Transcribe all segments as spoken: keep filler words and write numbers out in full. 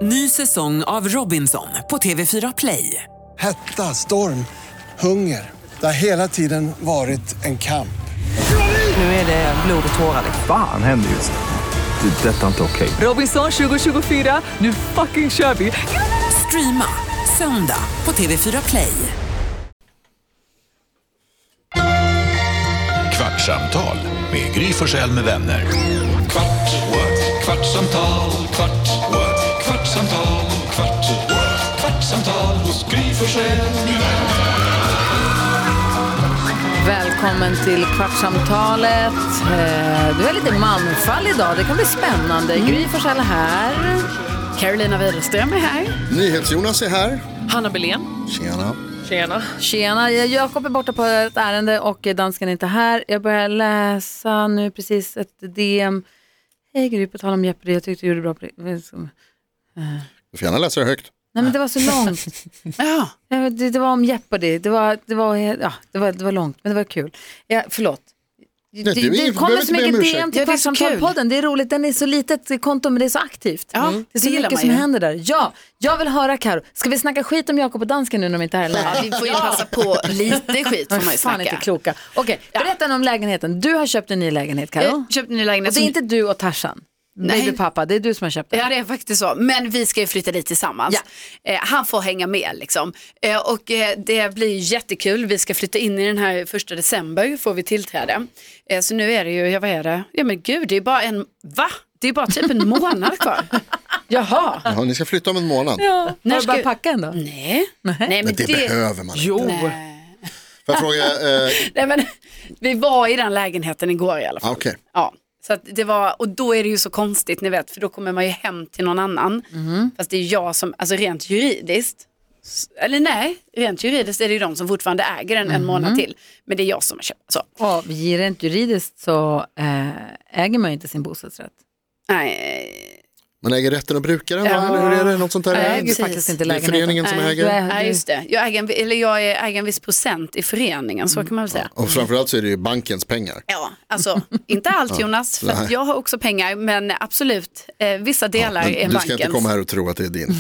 Ny säsong av Robinson på T V fyra Play. Hetta, storm, hunger. Det har hela tiden varit en kamp. Nu är det blod och tårar. Fan händer just det. Det är detta inte okej. Robinson tjugo tjugofyra, nu fucking kör vi. Streama söndag på T V fyra Play. Kvartsamtal med Gry Forssell med vänner. Kvart, what? Kvartsamtal, kvart, what? Kvartsamtal, kvart, what? Kvartsamtal hos Gry Forssell med vänner. Välkommen till Kvartsamtalet. Du är lite manfall idag, det kan bli spännande. Gry Forssell är här. Carolina Widerström är här. NyhetsJonas är här. Hanna Belén. Tjena. Tjena. Tjena, Jakob är borta på ett ärende och dansken är inte här. Jag börjar läsa nu precis ett D M. Hej Gry, på tal om Jeopardy, jag tyckte du gjorde bra på det. Du får gärna läsa det högt. Nej, men det var så långt. Ja. Ja, det, det var om Jeopardy. Det var, det var, ja, det var, det var långt, men det var kul. Ja, förlåt. Nej, det, det, det, det kommer så mycket D M till ja, Kvartsamtalpodden. Det är roligt, den är så litet konto men det är så aktivt. Ja, mm. Det är så det mycket som händer där. Ja, jag vill höra Karo. Ska vi snacka skit om Jakob och dansken nu när de inte är här? Ja, vi får ju passa på lite skit får man ju fan snacka. Inte kloka. Okej, okay, berätta ja. om lägenheten. Du har köpt en ny lägenhet, Karo. Jag köpte en ny lägenhet. Och det är som... inte du och Tarzan. Nej, du pappa, det är du som har köpt den. Ja, det är faktiskt så. Men vi ska ju flytta dit tillsammans. Ja. Eh, han får hänga med liksom. Eh, och eh, det blir jättekul. Vi ska flytta in i den här första december, får vi tillträde. Eh, så nu är det ju, ja vad är det? Ja men gud, det är bara en, va? Det är bara typ en månad kvar. Jaha. Jaha, ni ska flytta om en månad. Ja. När ska bara du packa ändå? Nej. Nej. Nej men, men det, det behöver man inte. Jo. Nej. Får jag fråga? Eh... Nej men, vi var i den lägenheten igår i alla fall. Ah, okay. Ja. Så att det var, och då är det ju så konstigt, ni vet, för då kommer man ju hem till någon annan. Mm. Fast det är jag som, alltså rent juridiskt, eller nej, rent juridiskt är det ju de som fortfarande äger den en mm. månad till. Men det är jag som har köpt. Så. Och rent juridiskt så äh, äger man ju inte sin bostadsrätt. Nej. Man äger rätten att bruka den, ja. va? Eller hur är det? Något sånt där? Jag äger faktiskt inte lägenheten. Det är föreningen som Nej. äger. Nej, just det. Jag äger, en, eller jag äger en viss procent i föreningen, så kan man väl säga. Ja, och framförallt så är det ju bankens pengar. Ja, alltså inte allt Jonas, för att jag har också pengar, men absolut, eh, vissa delar ja, är bankens. Du ska inte komma här och tro att det är din.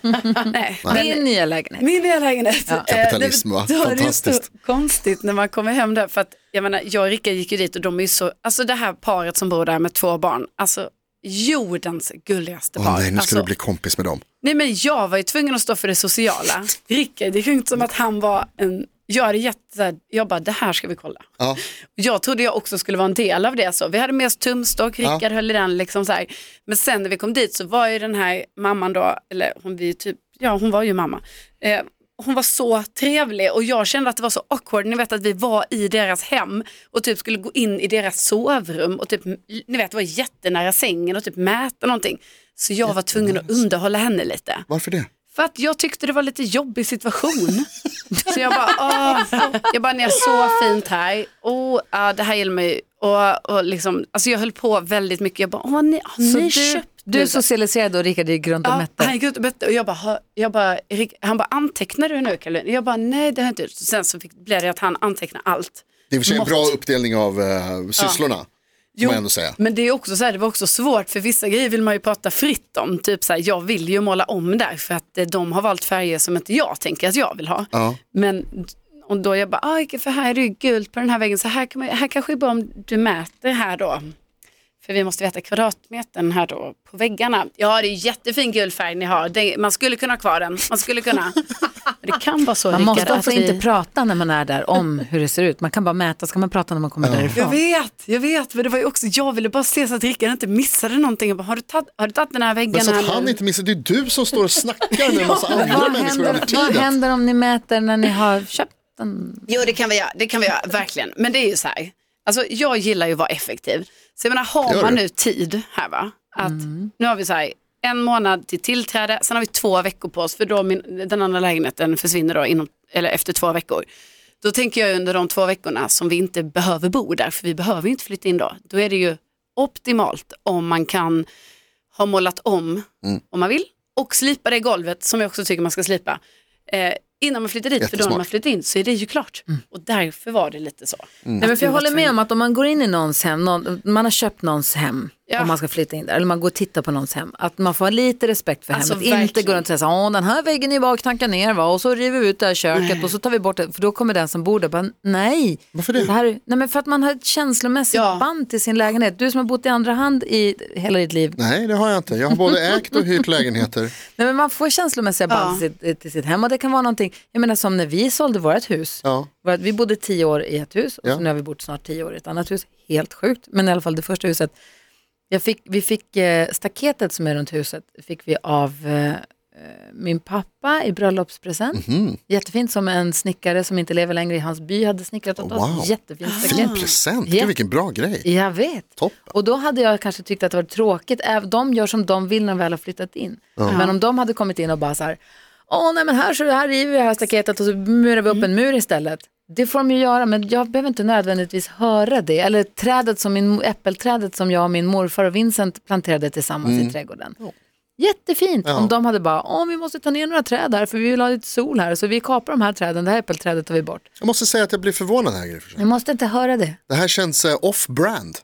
Nej. Min nya lägenhet. Min nya lägenhet. Ja. Kapitalism, va? Då Fantastiskt. är det så konstigt när man kommer hem där, för att jag menar, jag och Rickard gick ju dit och de är ju så, alltså det här paret som bor där med två barn, alltså jordens gulligaste par. Åh, nej, nu ska alltså, du bli kompis med dem. Nej men jag var ju tvungen att stå för det sociala. Rickard, det är inte som att han var en, jag hade jätte, jag bara, det här ska vi kolla. Ja. Jag trodde jag också skulle vara en del av det, så vi hade med oss tumstock, Rickard ja. höll i den liksom så här. Men sen när vi kom dit så var ju den här mamman då, eller hon vi typ, ja hon var ju mamma. Eh, Hon var så trevlig och jag kände att det var så awkward. Ni vet att vi var i deras hem och typ skulle gå in i deras sovrum och typ, ni vet, det var jättenära sängen och typ mäta någonting. Så jag var tvungen att underhålla henne lite. Varför det? För att jag tyckte det var lite jobbig situation. Så jag bara, åh, jag bara, ni är så fint här. Åh, ja, det här gillar mig. Och, och liksom, alltså jag höll på väldigt mycket. Jag bara, åh, ni, har ni du, köpt? Du socialiserade och Rickard gick runt och ja, mätte. han gick runt och mätte och jag bara, jag bara Rick, han bara, antecknar du nu Karolina? Jag bara, nej det har jag inte. Sen så fick, blev det att han antecknar allt. Det är för sig en bra uppdelning av uh, sysslorna. Ja. Jo, man ändå säga. Men det är också så här, det var också svårt för vissa grejer vill man ju prata fritt om. Typ så här, jag vill ju måla om där för att de har valt färger som inte jag tänker att jag vill ha. Ja. Men och då jag bara, ah, för här är det ju gult på den här väggen, så här, kan man, här kanske är bra om du mäter här då. För vi måste veta kvadratmetern här då på väggarna. Ja, det är jättefin gul färg ni har. Det, man skulle kunna ha kvar den. Man skulle kunna. Det kan vara så, man Rickard, måste också att vi... inte prata när man är där om hur det ser ut. Man kan bara mäta, ska man prata när man kommer ja. därifrån. Jag vet, jag vet. Men det var ju också, jag ville bara se så att Rickard inte missade någonting. Jag bara, har du tagit, har du tagit den här väggen? Men så att här han nu? inte missade, det är du som står och snackar med en massa andra vad människor händer, över tiden. vad händer om ni mäter när ni har köpt den? Jo, det kan vi göra, det kan vi göra, verkligen. Men det är ju så här, alltså jag gillar ju att vara effektiv. Så jag menar, har man nu tid här va? Att mm. nu har vi så här, en månad till tillträde, sen har vi två veckor på oss, för då min, den andra lägenheten försvinner då inom, eller efter två veckor. Då tänker jag under de två veckorna som vi inte behöver bo där, för vi behöver inte flytta in då. Då är det ju optimalt om man kan ha målat om, mm. om man vill, och slipa det golvet som jag också tycker man ska slipa. Eh, innan man flyttar dit, Jättesmart. för då när man flyttar in så är det ju klart. Mm. Och därför var det lite så. Mm. Nej, men för jag håller med om att om man går in i någons hem, någon, man har köpt någons hem Ja. Om man ska flytta in där. Eller man går och tittar på någons hem. Att man får ha lite respekt för Alltså, hemmet. verkligen. Inte gå runt och säga så, åh den här väggen är bara knacka ner va? Och så river vi ut det här köket nej. Och så tar vi bort det. För då kommer den som bor där bara, nej. Varför det? det här, nej men för att man har ett känslomässigt ja. band till sin lägenhet. Du som har bott i andra hand i hela ditt liv. Nej, det har jag inte. Jag har både ägt och hyrt lägenheter. Nej men man får känslomässiga band ja. till, sitt, till sitt hem. Och det kan vara någonting, jag menar som när vi sålde vårt hus. Ja. Vi bodde tio år i ett hus. Och ja. så nu har vi bott snart tio år i ett annat hus. Helt sjukt. Men i alla fall det första huset. Jag fick, vi fick eh, staketet som är runt huset fick vi av eh, min pappa i bröllopspresent. Mm-hmm. Jättefint som en snickare som inte lever längre i hans by hade snickrat åt oss. Oh, wow. Jättefint staket. Fin present, ja. Vilken bra grej. Jag vet. Toppen. Och då hade jag kanske tyckt att det var tråkigt. De gör som de vill när de väl har flyttat in. Mm. Men om de hade kommit in och bara så här, åh nej men här, så här river vi det här staketet och så murar vi upp mm. en mur istället. Det får de ju göra, men jag behöver inte nödvändigtvis höra det. Eller trädet som min, äppelträdet som jag och min morfar och Vincent planterade tillsammans mm. i trädgården. Oh. Jättefint. Ja. Om de hade bara, åh vi måste ta ner några träd här för vi vill ha lite sol här. Så vi kapar de här träden, det här äppelträdet tar vi bort. Jag måste säga att jag blir förvånad här. Grej, jag måste inte höra det. Det här känns uh, off-brand.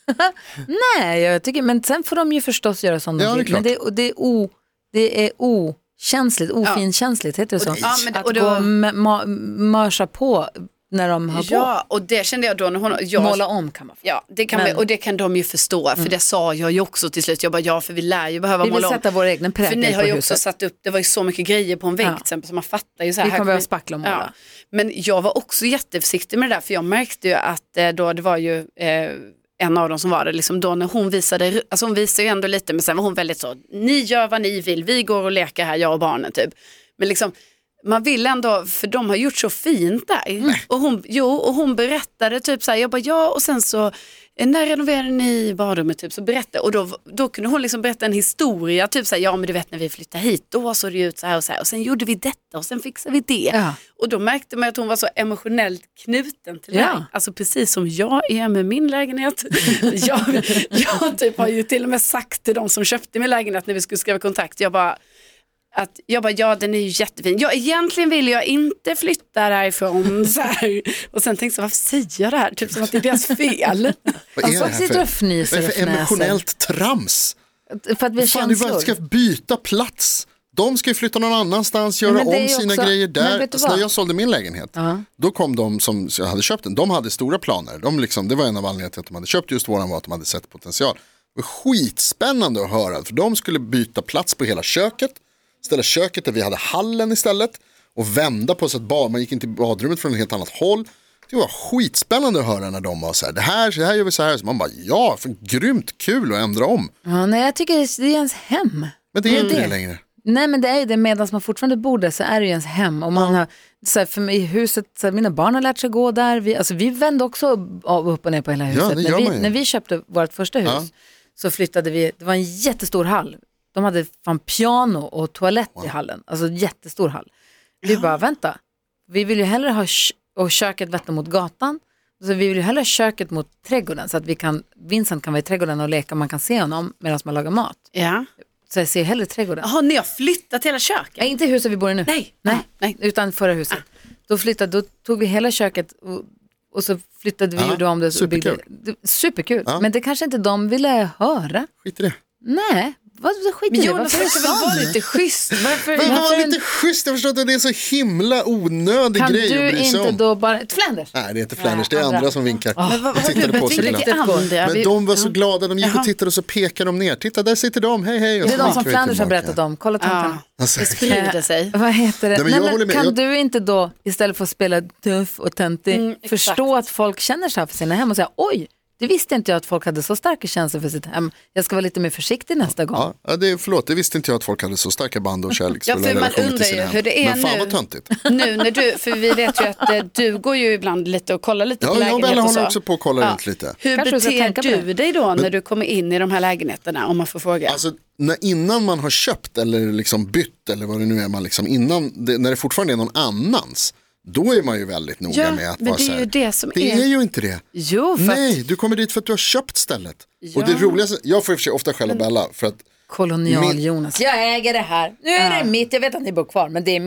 Nej, jag tycker, men sen får de ju förstås göra som de ja, vill. Det men det, och det är o... Det är o känsligt, ofinkänsligt heter det så. Ja, men det, och att då... gå och ma- mörsa på när de har ja, på. Och det kände jag då när hon... Jag, måla om kan man få. Ja, det kan men... vi, och det kan de ju förstå. För mm. det sa jag ju också till slut. Jag bara, ja, för vi lär ju behöva måla om. Vi vill sätta vår egen prägel på huset. För ni har ju också satt upp, det var ju så mycket grejer på en vägg ja. till exempel. Så man fattar ju så här. Vi kommer behöva spackla och måla. Ja. Men jag var också jätteförsiktig med det där. För jag märkte ju att då det var ju... Eh, en av dem som var det, liksom då när hon visade, alltså hon visade ju ändå lite, men sen var hon väldigt så, ni gör vad ni vill, vi går och leker här, jag och barnen typ. Men liksom, man vill ändå, för de har gjort så fint där. Mm. Och hon, jo, och hon berättade typ så här, jag bara ja, och sen så, när renoverade ni badrummet typ, så berättade, och då, då kunde hon liksom berätta en historia, typ så här, ja men du vet när vi flyttade hit, då såg det ut så här och så här, och sen gjorde vi detta och sen fixade vi det. Ja. Och då märkte man att hon var så emotionellt knuten till ja. mig. Alltså precis som jag är med min lägenhet. jag, jag typ har ju till och med sagt till de som köpte min lägenhet när vi skulle skriva kontrakt, jag bara, att jag bara, ja den är ju jättefin. Ja, egentligen vill jag inte flytta härifrån så här. Och sen tänkte jag, varför säger jag det här? Typ som att det är deras fel. Vad är det här för, vad är för emotionellt trams? För att vi fan, du bara ska byta plats. De ska ju flytta någon annanstans, göra om sina också grejer där. Så när jag sålde min lägenhet, uh-huh. då kom de som hade köpt den. De hade stora planer. De liksom, det var en av anledningarna till att de hade köpt just våran, var att de hade sett potential. Det var skitspännande att höra. För de skulle byta plats på hela köket. Ställa köket där vi hade hallen istället. Och vända på så att bad, man gick in till badrummet från ett helt annat håll. Det var skitspännande att höra när de var så här, det här, det här gör vi så här. Så man bara, ja, för grymt kul att ändra om. Ja, nej, jag tycker det är ens hem. Men det är mm. inte det längre. Nej, men det är ju det, medan man fortfarande bor där så är det ju ens hem. Och man ja. har, så här, för mig i huset, så här, mina barn har lärt sig gå där. Vi, alltså, vi vände också av upp och ner på hela huset. Ja, när, vi, när vi köpte vårt första hus ja. så flyttade vi, det var en jättestor hall. De hade fan piano och toalett wow. i hallen. Alltså jättestor hall. Vi ja. bara, vänta. Vi vill ju hellre ha kö- och köket vetter mot gatan. Så vi vill ju hellre ha köket mot trädgården. Så att vi kan, Vincent kan vara i trädgården och leka. Man kan se honom medan man lagar mat. Ja. Så jag ser hellre trädgården. Jaha, ni har flyttat hela köket? Nej, inte huset vi bor i nu. Nej. Nej, ah, nej. utan förra huset. Ah. Då flyttade, då tog vi hela köket och, och så flyttade vi ah, om det. Superkul. Byggde, superkul. Ah. Men det kanske inte de ville höra. Skit i det. Nej. Vad skit men i det? Jonas, varför det var lite schysst? Varför, men varför var lite schysst? Jag förstår att det är så himla onödig kan grej att bry sig om. Kan du inte då bara... Flanders? Nej, det är inte Flanders. Det är andra, andra som vinkar. Oh. Men vad har du på lite andra? Men de var så glada. De gick och tittade och så pekade de ner. Titta, där sitter de. Hej, hej. Det är de som Flanders har berättat om. Kolla tankarna. Ah. Alltså, det sprider sig. Vad heter det? Nej, Nej, men kan jag... du inte då, istället för att spela tuff och töntig, mm, förstå att folk känner så här för sina hem och säga, oj, det visste inte jag att folk hade så starka känslor för sitt hem. Jag ska vara lite mer försiktig nästa gång. Ja, det är, förlåt, det visste inte jag att folk hade så starka band och kärleksfulla ja, för man undrar ju hur det är men fan nu. vad töntigt. Nu när du, för vi vet ju att eh, du går ju ibland lite och kollar lite ja, på lägenheter. Ja, jag håller också på att kolla ja. runt lite. Hur kanske beter du, du dig då men, när du kommer in i de här lägenheterna, om man får fråga? Alltså, när, innan man har köpt eller liksom bytt eller vad det nu är, man liksom, innan, det, när det fortfarande är någon annans, då är man ju väldigt noga ja, med att men vara det så är här. ju det som det är. är ju inte det. Jo, för nej, att... du kommer dit för att du har köpt stället. Ja. Och det roligaste, jag får i och för sig ofta skälla Bella för att kolonial min... Jonas. Jag äger det här. Nu är ja. det mitt. Jag vet att ni bor kvar, men det är mitt.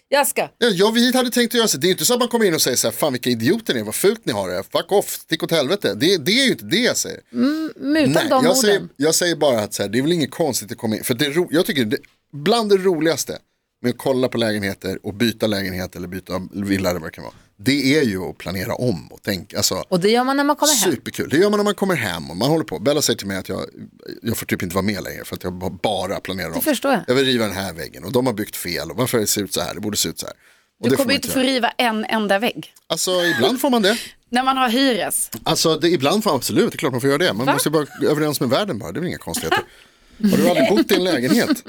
Jag ska. Ja, jag, vi hade tänkt att göra så. Det är inte så att man kommer in och säger så här, fan vilka idioter ni är, vad fult ni har det. Fuck off, stick åt helvete. Det, det är ju inte det jag säger. Mm, utan Nej, de jag, säger, orden. jag säger bara att så här, det är väl inget konstigt att komma in. För det är ro, jag tycker det, bland det roligaste med att kolla på lägenheter och byta lägenhet eller byta villa eller vad det kan vara. Det är ju att planera om och tänka. Alltså, och det gör man när man kommer hem. Superkul, det gör man när man kommer hem och man håller på. Bella säger till mig att jag, jag får typ inte vara med längre för att jag bara planerar om. Det förstår jag. Jag vill riva den här väggen och de har byggt fel och varför det ser ut så här, det borde se ut så här. Och du kommer inte få riva en enda vägg. Alltså ibland får man det. När man har hyres. Alltså det, ibland får man absolut, det är klart man får göra det. Man Va? måste bara överens med världen bara, det är väl inga konstigheter. Har du aldrig bott i en lägenhet?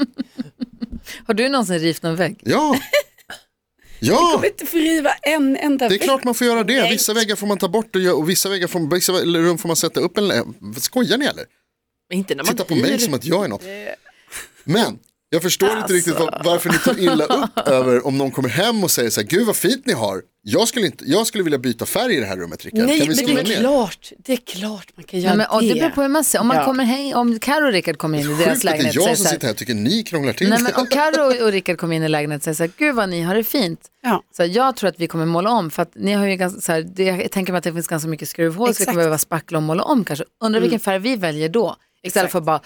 Har du någonsin rivit någon vägg? Ja. Ja. Du kommer inte få riva en enda vägg. Det är klart man får göra det. Vissa väggar får man ta bort och, och vissa väggar får, vissa rum får man sätta upp. En, skojar ni eller? Inte när man Titta på hyr. Mig som att jag är något. Men jag förstår alltså. inte riktigt var, varför ni tar illa upp över om någon kommer hem och säger så här, gud vad fint ni har. Jag skulle, inte, jag skulle vilja byta färg i det här rummet, Rickard. Nej, kan vi men det är klart. Det är klart man kan göra. Ja, men, och det. Det beror på hur man ser. Om man ja. kommer hem, om Karo och Rickard kommer in i deras lägenhet. Det är jag som sitter här och tycker ni krånglar till. Nej, men om Karo och Rickard kommer in i lägenhet och säger så här, gud vad ni har det fint. Ja. Så här, jag tror att vi kommer måla om för att ni har ju ganska, så här, det, jag tänker mig att det finns ganska mycket skruvhål så vi kommer behöva spackla och måla om kanske. Undrar mm. vilken färg vi väljer då. Istället Exakt. för bara,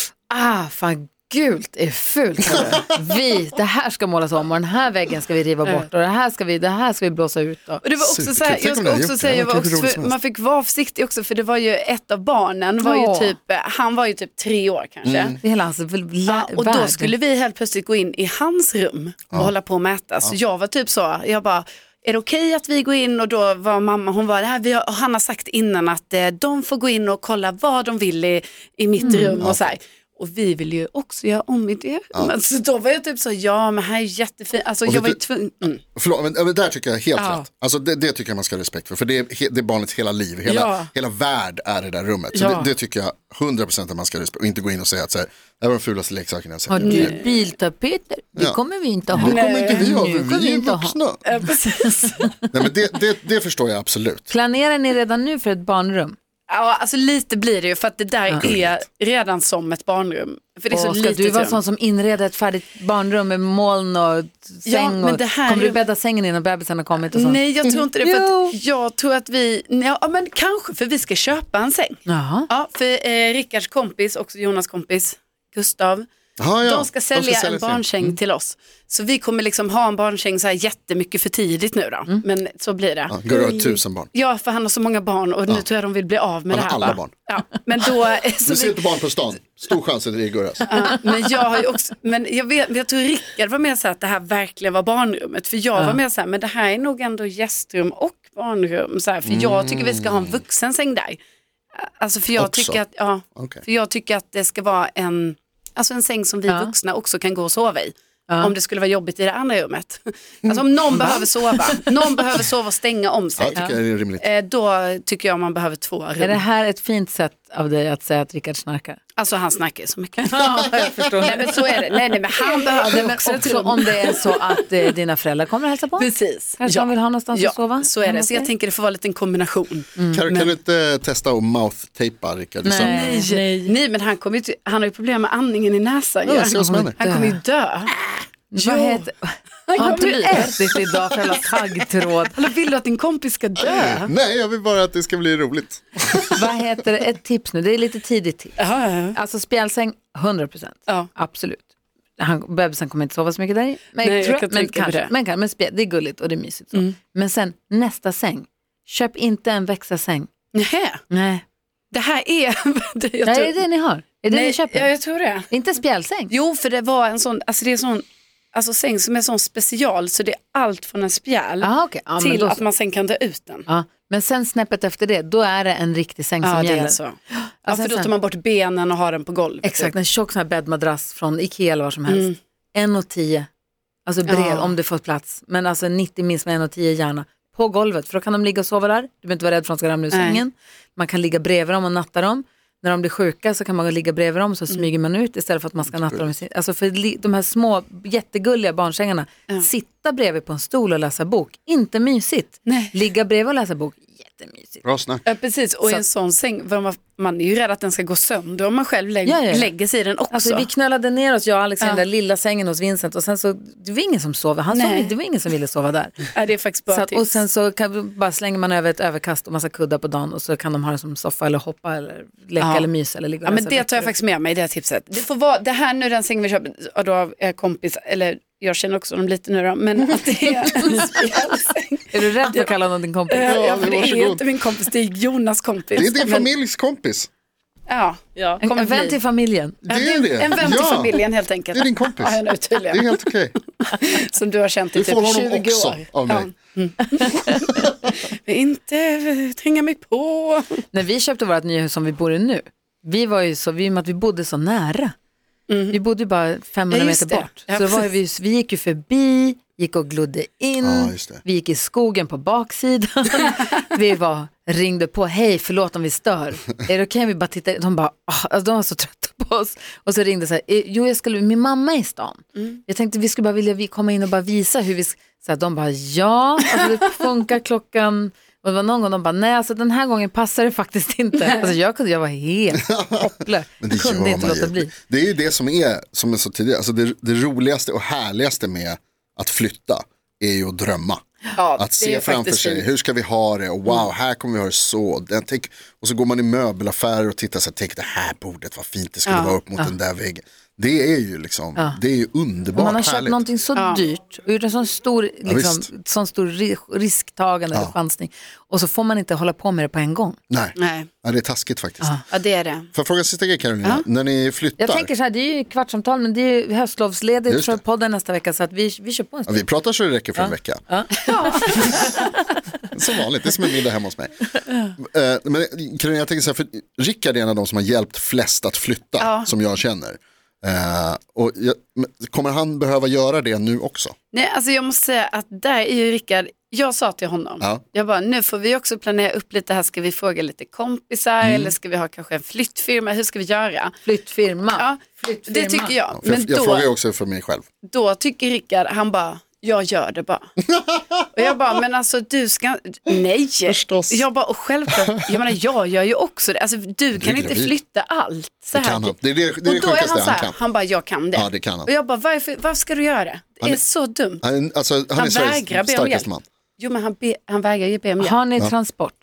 ah fan gult är fult. Vi, det här ska målas om och den här väggen ska vi riva bort och det här ska vi, det här ska vi blåsa ut. Och, och det var också så här, jag ska också säga, jag var också för, man fick vara försiktig också för det var ju ett av barnen var ju typ, han var ju typ tre år kanske. Mm. Det är hela hans ja, och då skulle vi helt plötsligt gå in i hans rum och ja. hålla på och mäta. Så ja. jag var typ så, jag bara, är det okej okay att vi går in? Och då var mamma, hon var det här, vi har, och han har sagt innan att eh, de får gå in och kolla vad de vill i, i mitt mm. rum och så här. Och vi vill ju också göra om i det. Ja. Men, så då var jag typ så, ja men här är jättefint. Alltså jag var ju tvungen. Mm. Förlåt, men, men där tycker jag helt ja. rätt. Alltså det, det tycker jag man ska ha respekt för. För det är, det är barnets hela liv. Hela, ja. hela värld är det där rummet. Så ja. det, det tycker jag hundra procent att man ska respektera. Och inte gå in och säga att så här, det var den fulaste leksaken jag sett. Har du biltapeter? Det ja. kommer vi inte ha. Det kommer inte vi ha, för vi är vuxna. Ja, precis. Nej, men det, det, det förstår jag absolut. Planerar ni redan nu för ett barnrum? Ja, alltså lite blir det ju för att det där ja. är redan som ett barnrum. För det är så och ska lite du vara sån som inreder ett färdigt barnrum med moln och säng? Ja, men det här kommer är... du bädda sängen innan bebisen har kommit och sånt? Nej, jag tror inte det. För att jag tror att vi, ja men kanske för vi ska köpa en säng. Jaha. Ja, för eh, Rickards kompis, också Jonas kompis, Gustav. Aha, ja. De ska sälja, de ska sälja en barnsäng mm. till oss. Så vi kommer liksom ha en barnsäng så här jättemycket för tidigt nu då. Mm. Men så blir det. Ja, går det tusen barn? Ja, för han har så många barn och ja. nu tror jag de vill bli av med han det här. Alla va? barn. Ja, men då, du ser vi... inte barn på stan. Stor chans att det går alltså. Ja, men jag har ju också, men jag, vet, jag tror Rickard var med så att det här verkligen var barnrummet. För jag ja. var med så här, men det här är nog ändå gästrum och barnrum. Så här, för mm. jag tycker vi ska ha en vuxensäng där. Alltså för jag, tycker att, ja, okay. för jag tycker att det ska vara en... Alltså en säng som vi ja. vuxna också kan gå och sova i. Ja. Om det skulle vara jobbigt i det andra rummet. Alltså om någon behöver sova. Någon behöver sova och stänga om sig. Ja, tycker jag är rimligt. Eh, då tycker jag man behöver två rum. Är det här ett fint sätt av dig att säga att Rickard snarkar? Alltså han snackar så mycket. Ja, jag förstår. Nej men så är det. Nej, nej men han behöver ja, men också, också om det är så att eh, dina föräldrar kommer att hälsa på. Precis. Kanske ja. de vill ha någonstans ja, att sova. Så är det. Så jag tänker det får vara en liten kombination. Mm. Kan, men... kan du inte testa att mouth-tejpa Rickard? Nej. Nej. Nej. nej men han, kommer ju, han har ju problem med andningen i näsan. Ja, han, kommer, han kommer ju dö. Vad heter... Har inte du ätit idag för alla taggtråd? Eller vill du att din kompis ska dö? Nej, jag vill bara att det ska bli roligt. Vad heter det? Ett tips nu, det är lite tidigt tips. Ja, ja, ja. Alltså spjälsäng, hundra procent. Ja. Absolut. Han, bebisen kommer inte sova så mycket där i. Men, Nej, tror, jag kan men kanske, det. men, men spjäl, det är gulligt och det är mysigt. Så. Mm. Men sen, nästa säng. Köp inte en växelsäng. Nej. Nej. Det här är... det, jag Nej, tror... är det ni har? Är det Nej, ni köper? Ja, jag tror det. Inte spjälsäng? Jo, för det var en sån... Alltså det är sån... Alltså säng som är sån special så det är allt från en spjäl ah, okay. ja, till att man sen kan ta ut den. Ja. Men sen snäppet efter det, då är det en riktig säng som ja, gäller. Ja, det är så. Ja, för då tar man bort benen och har den på golvet. Exakt, en tjock sån här bäddmadrass från Ikea eller vad som helst. Mm. en och tio, alltså bred ja. om det får plats. Men alltså nittio minst med en och tio gärna. På golvet, för då kan de ligga och sova där. Du behöver inte vara rädd för att de ska ramla ur sängen. Man kan ligga bredvid dem och natta dem. När de blir sjuka så kan man ligga bredvid dem så smyger man ut istället för att man ska natta dem. Alltså för de här små jättegulliga barnsängarna, ja. sitta bredvid på en stol och läsa bok, inte mysigt. Nej. Ligga bredvid och läsa bok, jättemysigt. Bra snack. Ja, precis. Och så i en sån säng, man, man är ju rädd att den ska gå sönder om man själv lä- ja, ja, ja. lägger sig i den också. Alltså, vi knölade ner oss, jag och Alex i ja. den där lilla sängen hos Vincent och sen så, det var ingen som sov. Han sov, det var ingen som ville sova där. Ja, det är faktiskt bra så, och sen så kan, bara slänger man över ett överkast och massa kuddar på dagen och så kan de ha det som soffa eller hoppa eller leka ja. eller mysa eller ligga. Ja, men det tar jag faktiskt med mig, det tipset. Det får vara, det här nu den sängen vi köper, då av kompis, eller jag känner också dem lite nu då, men att det är en spjälsäng. Är du rädd för att kalla någon din kompis? Ja, ja, för det är inte min kompis, det är Jonas kompis. Det är din men... familjs kompis. Ja, ja. En, en vän till familjen. Det är det. En vän till ja. familjen helt enkelt. Det är din kompis. Ja, nu, det är helt okej. Okay. Som du har känt i typ tjugo också år. Av mig. Ja. Mm. Inte tränga mig på. När vi köpte vårt nya hus som vi bor i nu, vi var ju så, vi, med att vi bodde så nära. Mm. Vi bodde ju bara femhundra ja, meter bort. Ja, så var vi, vi gick ju förbi, gick och glodde in. Ja, vi gick i skogen på baksidan. vi var, ringde på, hej förlåt om vi stör. Är det okej okay? Vi bara tittade, de bara, oh, alltså, de var så trötta på oss. Och så ringde så här, jo jag skulle, min mamma är i stan. Mm. Jag tänkte vi skulle bara vilja komma in och bara visa hur vi, så här, de bara ja, alltså det funkar klockan. Och det var någon gång de bara, nej alltså den här gången passar det faktiskt inte. Alltså jag kunde, jag var helt hopplös. Jag kunde inte låta bli. Det är ju det som är, som är så tidigare, alltså det, det roligaste och härligaste med att flytta är ju att drömma. Ja, att se framför sig, hur ska vi ha det? Och wow, här kommer vi ha det så. Tänk, och så går man i möbelaffärer och tittar så här, tänk det här bordet, vad fint det skulle ja, vara upp mot ja. den där väggen. Det är ju liksom, ja. det är ju underbart. Man har köpt härligt. någonting så ja. dyrt och gjort en sån stor, liksom, ja, sån stor risktagande ja. eller chansning. Och så får man inte hålla på med det på en gång. Nej, Nej. Ja, det är taskigt faktiskt. Ja, ja det är det. Får jag fråga sista grejen Carolina, ja. när ni flyttar? Jag tänker så här, det är ju kvartsamtal men det är ju höstlovsledigt för podden nästa vecka så att vi, vi kör på en ja, vi pratar så det räcker för ja. en vecka. Ja. Som vanligt, det är som en middag hemma hos mig. uh, men Carolina, jag tänker så här, för Rickard är en av de som har hjälpt flest att flytta ja. som jag känner. Uh, och jag, kommer han behöva göra det nu också? Nej, alltså jag måste säga att där är ju Rickard, jag sa till honom, ja. jag bara, nu får vi också planera upp lite här, ska vi fråga lite kompisar mm. eller ska vi ha kanske en flyttfirma, hur ska vi göra? Flyttfirma? Ja, flyttfirma. Det tycker jag. Ja, men jag, jag då, frågar också för mig själv. Då tycker Rickard, han bara, jag gör det bara. Och jag bara, men alltså du ska, nej. Förstås. Jag bara, och självklart, jag menar jag gör ju också det. Alltså du kan inte flytta allt. Så det här. kan han. Det är det, det, är och då det är han så här, han kan. Han bara, jag kan det. Ja, det kan han. Och jag bara, varför, varför ska du göra det? Det är, är så dumt. Han, alltså, han, han är Sveriges starkaste man. Jo, men han, be, han vägrar ju be om hjälp. Har ni transport?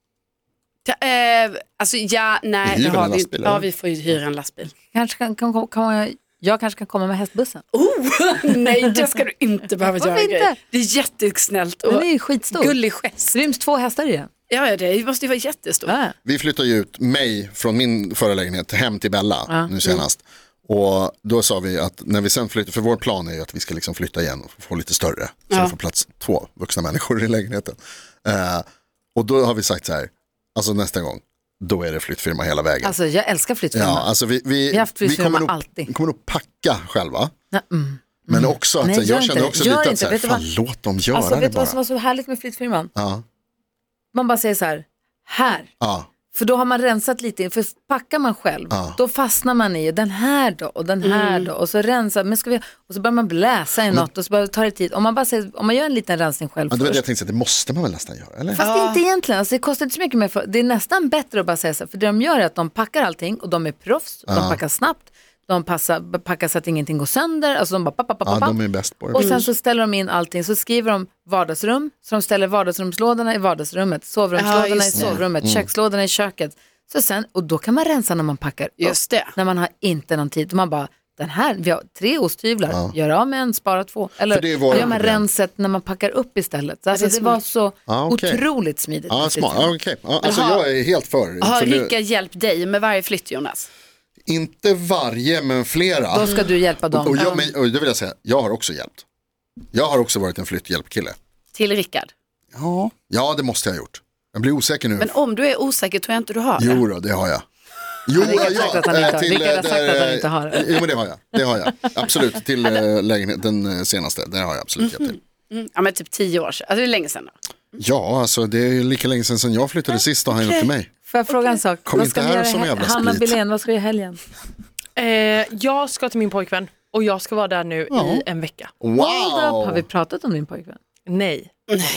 Ta, eh, alltså ja, nej. Vi det har vi, lastbil, ja, vi får ju hyra en lastbil. Kanske kan, kan, kan, kan jag... Jag kanske kan komma med hästbussen. Oh, nej, det ska du inte behöva göra. Inte? Grej. Det är jättesnällt och det är skitstor. Gullig gest. Ryms två hästar i det. Ja, ja, det måste ju vara jättestort. Ja. Vi flyttar ju ut mig från min förra lägenhet hem till Bella ja. nu senast. Mm. Och då sa vi att när vi sen flyttar, för vår plan är ju att vi ska liksom flytta igen och få lite större. Så ja. det får plats två vuxna människor i lägenheten. Uh, och då har vi sagt så här, alltså nästa gång. Då är det flyttfirma hela vägen. Alltså jag älskar flyttfirma. Ja, alltså vi, vi, vi, haft vi kommer, nog, alltid. kommer nog packa själva. Nej, mm, men mm. också att Nej, jag kände inte. också gör lite inte. att så här, fan, låt dem göra alltså, det vet bara. Vad som var så härligt med flyttfirman? Ja. Man bara säger så här, här. Ja. För då har man rensat lite, för packar man själv, ja. då fastnar man i den här då och den här mm. då och så rensar, men ska vi, och så börjar man läsa i men, något och så börjar det ta det tid. Om man bara säger, om man gör en liten rensning själv ja, först. Jag tänkte att det måste man väl nästan göra, eller? Fast ja. inte egentligen, alltså, det kostar inte så mycket mer, för, det är nästan bättre att bara säga så, för det de gör är att de packar allting och de är proffs, ja. de packar snabbt. De passar, packar så att ingenting går sönder. Alltså de bara papp, papp, papp, ja, de är bäst på det. Och sen så ställer de in allting. Så skriver de vardagsrum. Så de ställer vardagsrumslådorna i vardagsrummet. Sovrumslådorna ja, i sovrummet. Mm. Kökslådorna i köket. Så sen, och då kan man rensa när man packar. Just det. När man har inte någon tid. Man bara, den här, vi har tre osthyvlar. Ja. Gör av med en, spara två. Eller gör man renset när man packar upp istället. Så alltså, det, det var så ah, okay. otroligt smidigt. Ja, smart. Ah, okay. ah, alltså jag är helt för. Har för Rickard nu... hjälpt dig med varje flytt, Jonas? Inte varje, men flera. Då ska du hjälpa dem. Och, och, jag, men, och det vill jag säga, jag har också hjälpt. Jag har också varit en flytthjälpkille. Till Rickard? Ja, ja, det måste jag ha gjort. Jag blir osäker nu. Men om du är osäker tror jag inte du har det. Jo då, det har jag. Jo, Rickard har sagt att han inte har, till, Rickard har sagt att han inte har det. Jo, men det har jag. Det har jag. Absolut, till lägenhet, den senaste. Det har jag absolut hjälpt till. Mm. Ja, men typ tio år sedan. Alltså det är länge sedan då. Ja, alltså det är lika länge sedan, sedan jag flyttade sist och han hjälpte mig. Får jag fråga en sak? Kom inte här som jävla sprit. Hanna Billén, vad ska du i helgen? Eh, jag ska till min pojkvän och jag ska vara där nu ja. i en vecka. Wow! Har vi pratat om din pojkvän? Nej, inte.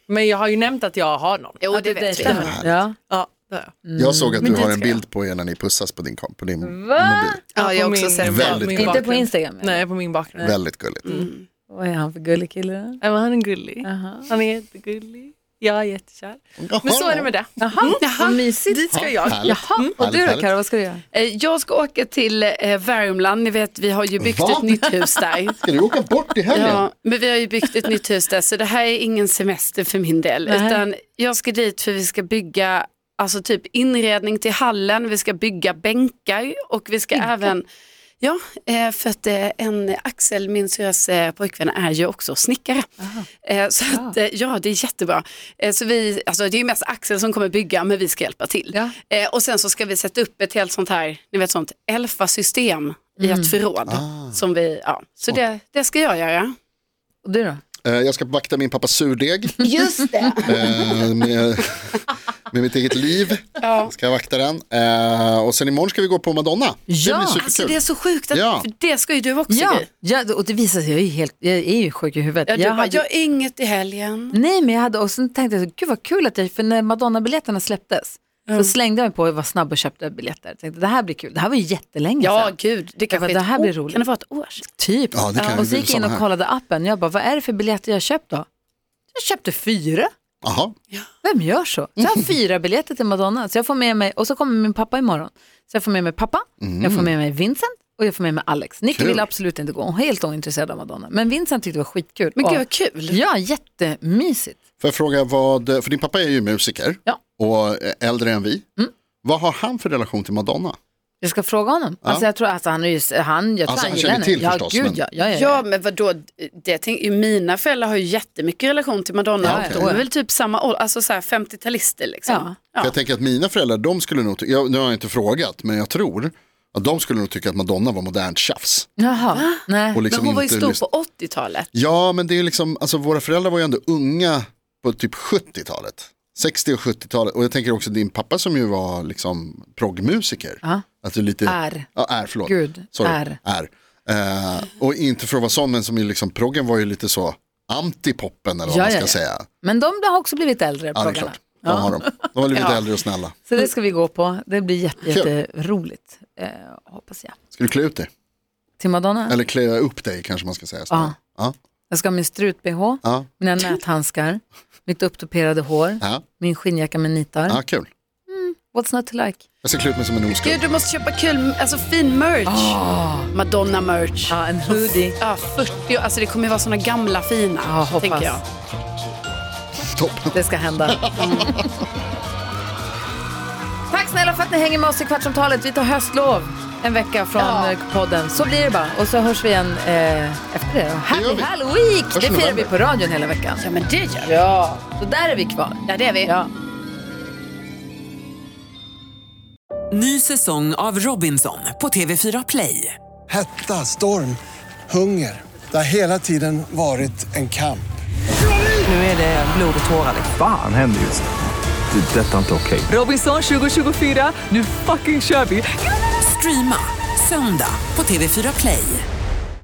Men jag har ju nämnt att jag har någon. Jo, det, det vet vi. Ja. Ja, det är. Mm. Jag såg att Men du har en ska bild jag. på er när ni pussas på din, på din mobil. Ja, jag har också sett väldigt det. Inte på Instagram? Eller? Nej, på min bakgrund. Väldigt gulligt. Mm. Vad är han för gullig kille? Ja, han är gullig. Uh-huh. Han är jättegullig. Jag är jättekär. Men så är det med det. Jaha, mm. Jaha. mysigt. Dit ska jag. Jaha, och du då Karo, vad ska du göra? Jag ska åka till eh, Värmland, ni vet vi har ju byggt Va? ett nytt hus där. Ska du åka bort i helgen? Ja, men vi har ju byggt ett nytt hus där så det här är ingen semester för min del. Nej. Utan jag ska dit för vi ska bygga alltså typ inredning till hallen, vi ska bygga bänkar och vi ska Bänkar. även Ja, för att en Axel, min syras pojkvän, är ju också snickare. Aha. Så att, ja, det är jättebra. Så vi, alltså det är mest Axel som kommer bygga, men vi ska hjälpa till. Ja. Och sen så ska vi sätta upp ett helt sånt här, ni vet sånt Elfa-system i mm. ett förråd. Ah. Som vi, ja. Så det, det ska jag göra. Och du då? Jag ska vakta min pappas surdeg. Just det. med, med mitt eget liv. Ja. Ska jag vakta den. Och sen imorgon ska vi gå på Madonna. Ja, det, alltså det är så sjukt. Att, ja. För det ska ju du också. Ja, ja, och det visar sig, jag är, helt, jag är ju sjuk i huvudet. Ja, jag, bara, hade... jag har inget i helgen. Nej, men jag hade också tänkt, gud vad kul att jag, för när Madonna-biljetterna släpptes. Mm. Så slängde jag mig på att vara snabb och köpte biljetter. Jag tänkte, det här blir kul. Det här var ju jättelänge ja, sedan. Ja, gud. Det, kanske det här blir roligt. Kan det vara ett år? Typ. Ja, det kan och så gick jag in och kollade appen. Jag bara, vad är det för biljetter jag köpt då? Jag köpte fyra. Aha. Vem gör så? Så jag har fyra biljetter till Madonna. Så jag får med mig, och så kommer min pappa imorgon. Så jag får med mig pappa, mm. jag får med mig Vincent och jag får med mig Alex. Nicky vill absolut inte gå. Hon är helt ointresserad av Madonna. Men Vincent tyckte det var skitkul. Men gud vad kul. Ja, jättemysigt. Får jag fråga vad, för din pappa är ju musiker. Ja. Och äldre än vi. Mm. Vad har han för relation till Madonna? Jag ska fråga honom. Ja. Alltså jag tror att han är ju, han, jag tror alltså, han, han gillar känner till ja, förstås. Gud, men... ja, ja, ja, ja, men vadå, det tänker, mina föräldrar har ju jättemycket relation till Madonna. Ja, okay. De är väl typ samma år, alltså så här femtio-talister liksom. Ja. Ja. För jag tänker att mina föräldrar, de skulle nog, jag, nu har jag inte frågat, men jag tror att de skulle nog tycka att Madonna var modernt tjafs. Jaha, nej. Och liksom men hon var ju stor liksom... på åttiotalet. Ja, men det är liksom, alltså våra föräldrar var ju ändå unga på typ sjuttiotalet. sextio- och sjuttiotalet. Och jag tänker också din pappa som ju var liksom proggmusiker. Ja. Att du lite, är. Ja, är, förlåt. Gud, Sorry, är. är. Uh, och inte för att vara sån, men som ju liksom, proggen var ju lite så antipoppen eller vad ja, man ska ja, ja. säga. Men de har också blivit äldre, ja, proggarna. De har de. De har blivit ja. äldre och snälla. Så det ska vi gå på. Det blir jätte, jätteroligt. Eh, hoppas jag. Ska du klä ut dig? Till Madonna? Eller klä upp dig kanske man ska säga. Ja. Ja. Jag ska ha min strut-B H, ja. mina näthandskar, mitt upptoperade hår, ja. min skinnjacka med nitar. Ja, kul. Mm, what's not to like? Jag ska klä ut mig som en oskuld. Gud, du måste köpa kul, alltså fin merch. Oh. Madonna-merch. Ja, en hoodie. Ja, fyrtio, alltså det kommer ju vara såna gamla fina, ja, hoppas. tänker jag. Toppen. Det ska hända. Mm. Tack snälla för att ni hänger med oss i Kvartsamtalet. Vi tar höstlov en vecka från ja. podden. Så blir det bara. Och så hörs vi igen eh, efter det då. Happy Halloween! Det firar vi på radion hela veckan. Ja, men det gör vi. Ja, så där är vi kvar. Ja, det är vi. Ja. Ny säsong av Robinson på T V fyra Play. Hetta, storm, hunger. Det har hela tiden varit en kamp. Nu är det blod och tårar. Fan händer just det. Det är detta inte okej. Okay. Robinson tjugo tjugofyra, nu fucking kör vi. Streama söndag på T V fyra Play.